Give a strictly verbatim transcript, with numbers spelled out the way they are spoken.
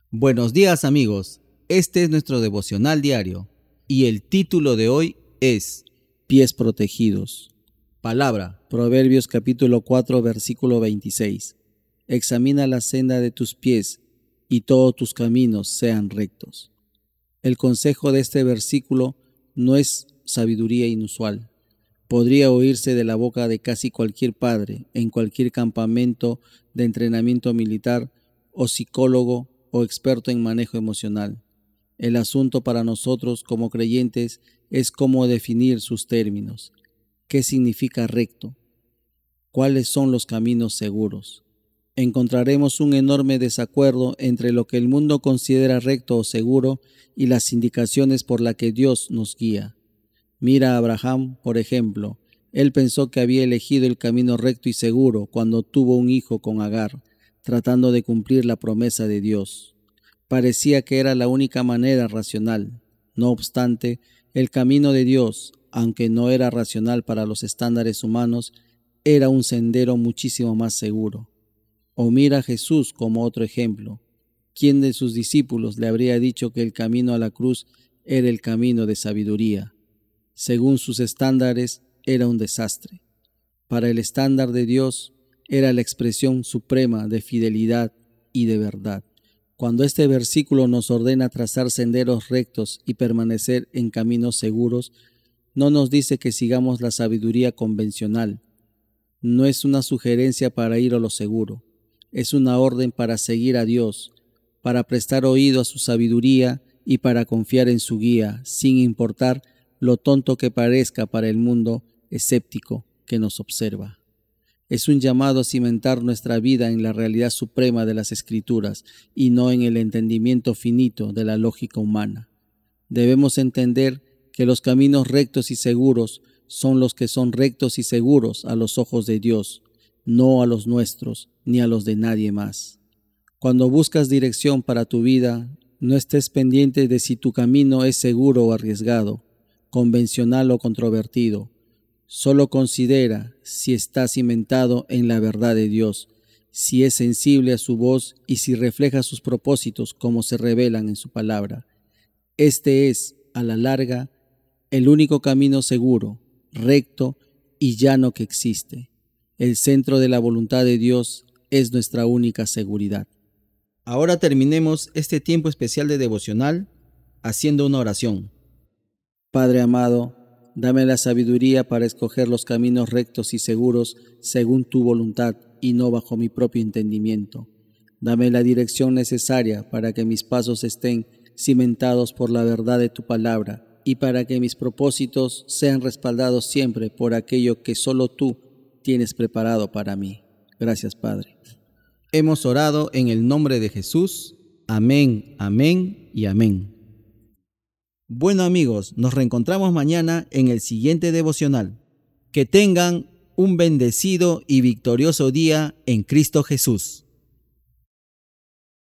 Buenos días amigos, este es nuestro devocional diario y el título de hoy es Pies protegidos. Palabra, Proverbios capítulo cuatro versículo veintiséis. Examina la senda de tus pies y todos tus caminos sean rectos. El consejo de este versículo no es sabiduría inusual. Podría oírse de la boca de casi cualquier padre en cualquier campamento de entrenamiento militar o psicólogo o experto en manejo emocional. El asunto para nosotros como creyentes es cómo definir sus términos. ¿Qué significa recto? ¿Cuáles son los caminos seguros? Encontraremos un enorme desacuerdo entre lo que el mundo considera recto o seguro y las indicaciones por las que Dios nos guía. Mira a Abraham, por ejemplo. Él pensó que había elegido el camino recto y seguro cuando tuvo un hijo con Agar, tratando de cumplir la promesa de Dios. Parecía que era la única manera racional. No obstante, el camino de Dios, aunque no era racional para los estándares humanos, era un sendero muchísimo más seguro. O mira a Jesús como otro ejemplo. ¿Quién de sus discípulos le habría dicho que el camino a la cruz era el camino de sabiduría? Según sus estándares, era un desastre. Para el estándar de Dios, era la expresión suprema de fidelidad y de verdad. Cuando este versículo nos ordena trazar senderos rectos y permanecer en caminos seguros, no nos dice que sigamos la sabiduría convencional. No es una sugerencia para ir a lo seguro. Es una orden para seguir a Dios, para prestar oído a su sabiduría y para confiar en su guía, sin importar lo tonto que parezca para el mundo escéptico que nos observa. Es un llamado a cimentar nuestra vida en la realidad suprema de las Escrituras y no en el entendimiento finito de la lógica humana. Debemos entender que los caminos rectos y seguros son los que son rectos y seguros a los ojos de Dios, no a los nuestros ni a los de nadie más. Cuando buscas dirección para tu vida, no estés pendiente de si tu camino es seguro o arriesgado, convencional o controvertido. Solo considera si está cimentado en la verdad de Dios, si es sensible a su voz y si refleja sus propósitos como se revelan en su palabra. Este es, a la larga, el único camino seguro, recto y llano que existe. El centro de la voluntad de Dios es nuestra única seguridad. Ahora terminemos este tiempo especial de devocional haciendo una oración. Padre amado, dame la sabiduría para escoger los caminos rectos y seguros según tu voluntad y no bajo mi propio entendimiento. Dame la dirección necesaria para que mis pasos estén cimentados por la verdad de tu palabra y para que mis propósitos sean respaldados siempre por aquello que solo tú tienes preparado para mí. Gracias, Padre. Hemos orado en el nombre de Jesús. Amén, amén y amén. Bueno amigos, nos reencontramos mañana en el siguiente devocional. Que tengan un bendecido y victorioso día en Cristo Jesús.